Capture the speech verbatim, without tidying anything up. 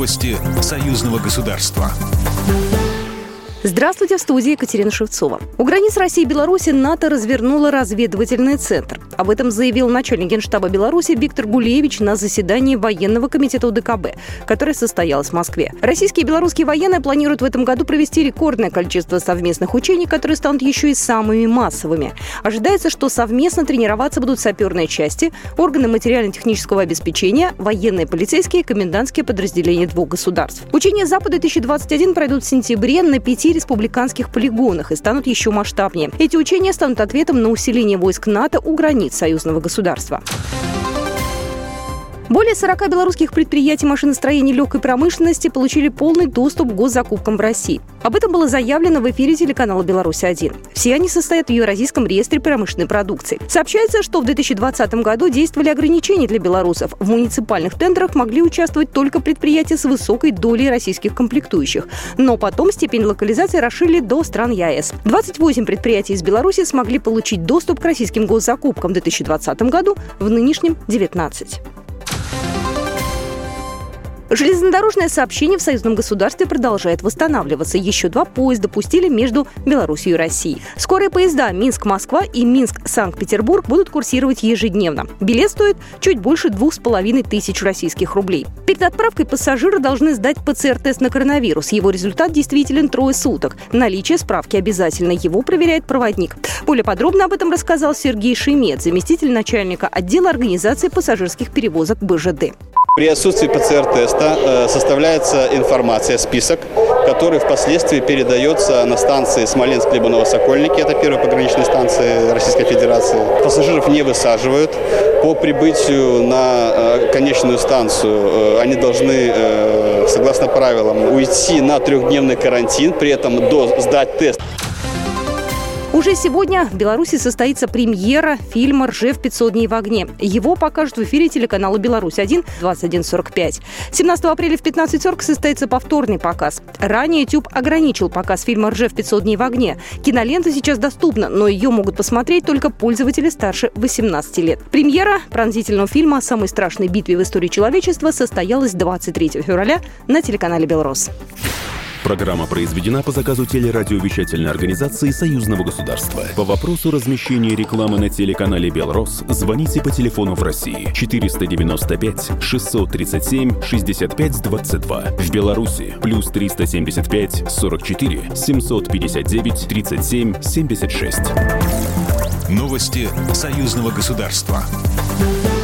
Новости союзного государства. Здравствуйте, в студии Екатерина Шевцова. У границ России и Беларуси НАТО развернуло разведывательный центр. Об этом заявил начальник Генштаба Беларуси Виктор Гулевич на заседании военного комитета УДКБ, которое состоялось в Москве. Российские и белорусские военные планируют в этом году провести рекордное количество совместных учений, которые станут еще и самыми массовыми. Ожидается, что совместно тренироваться будут саперные части, органы материально-технического обеспечения, военные, полицейские и комендантские подразделения двух государств. Учения Запада две тысячи двадцать один пройдут в сентябре на пяти республиканских полигонах и станут еще масштабнее. Эти учения станут ответом на усиление войск НАТО у границ союзного государства. Более сорока белорусских предприятий машиностроения и легкой промышленности получили полный доступ к госзакупкам в России. Об этом было заявлено в эфире телеканала «Беларусь один». Все они состоят в Евразийском реестре промышленной продукции. Сообщается, что в две тысячи двадцатом году действовали ограничения для белорусов. В муниципальных тендерах могли участвовать только предприятия с высокой долей российских комплектующих. Но потом степень локализации расширили до стран ЕАЭС. двадцать восемь предприятий из Беларуси смогли получить доступ к российским госзакупкам в две тысячи двадцатом году, в нынешнем – девятнадцать. Железнодорожное сообщение в союзном государстве продолжает восстанавливаться. Еще два поезда пустили между Беларусью и Россией. Скорые поезда Минск-Москва и Минск-Санкт-Петербург будут курсировать ежедневно. Билет стоит чуть больше двух с половиной тысяч российских рублей. Перед отправкой пассажиры должны сдать ПЦР-тест на коронавирус. Его результат действителен трое суток. Наличие справки обязательно. Его проверяет проводник. Более подробно об этом рассказал Сергей Шемет, заместитель начальника отдела организации пассажирских перевозок бэ жэ дэ. При отсутствии ПЦР-теста составляется информация, список, который впоследствии передается на станции Смоленск-Либаново-Сокольники, это первая пограничная станция Российской Федерации. Пассажиров не высаживают. По прибытию на конечную станцию они должны, согласно правилам, уйти на трехдневный карантин, при этом до сдать тест. Уже сегодня в Беларуси состоится премьера фильма «Ржев. пятьсот дней в огне». Его покажут в эфире телеканала «Беларусь один» в двадцать один сорок пять. семнадцатого апреля в пятнадцать сорок состоится повторный показ. Ранее YouTube ограничил показ фильма «Ржев. пятьсот дней в огне». Кинолента сейчас доступна, но ее могут посмотреть только пользователи старше восемнадцати лет. Премьера пронзительного фильма о самой страшной битве в истории человечества состоялась двадцать третьего февраля на телеканале «Белрос». Программа произведена по заказу телерадиовещательной организации Союзного государства. По вопросу размещения рекламы на телеканале «Белрос» звоните по телефону в России четыреста девяносто пять шестьсот тридцать семь шестьдесят пять двадцать два. В Беларуси плюс триста семьдесят пять сорок четыре семьсот пятьдесят девять тридцать семь семьдесят шесть. Новости союзного государства.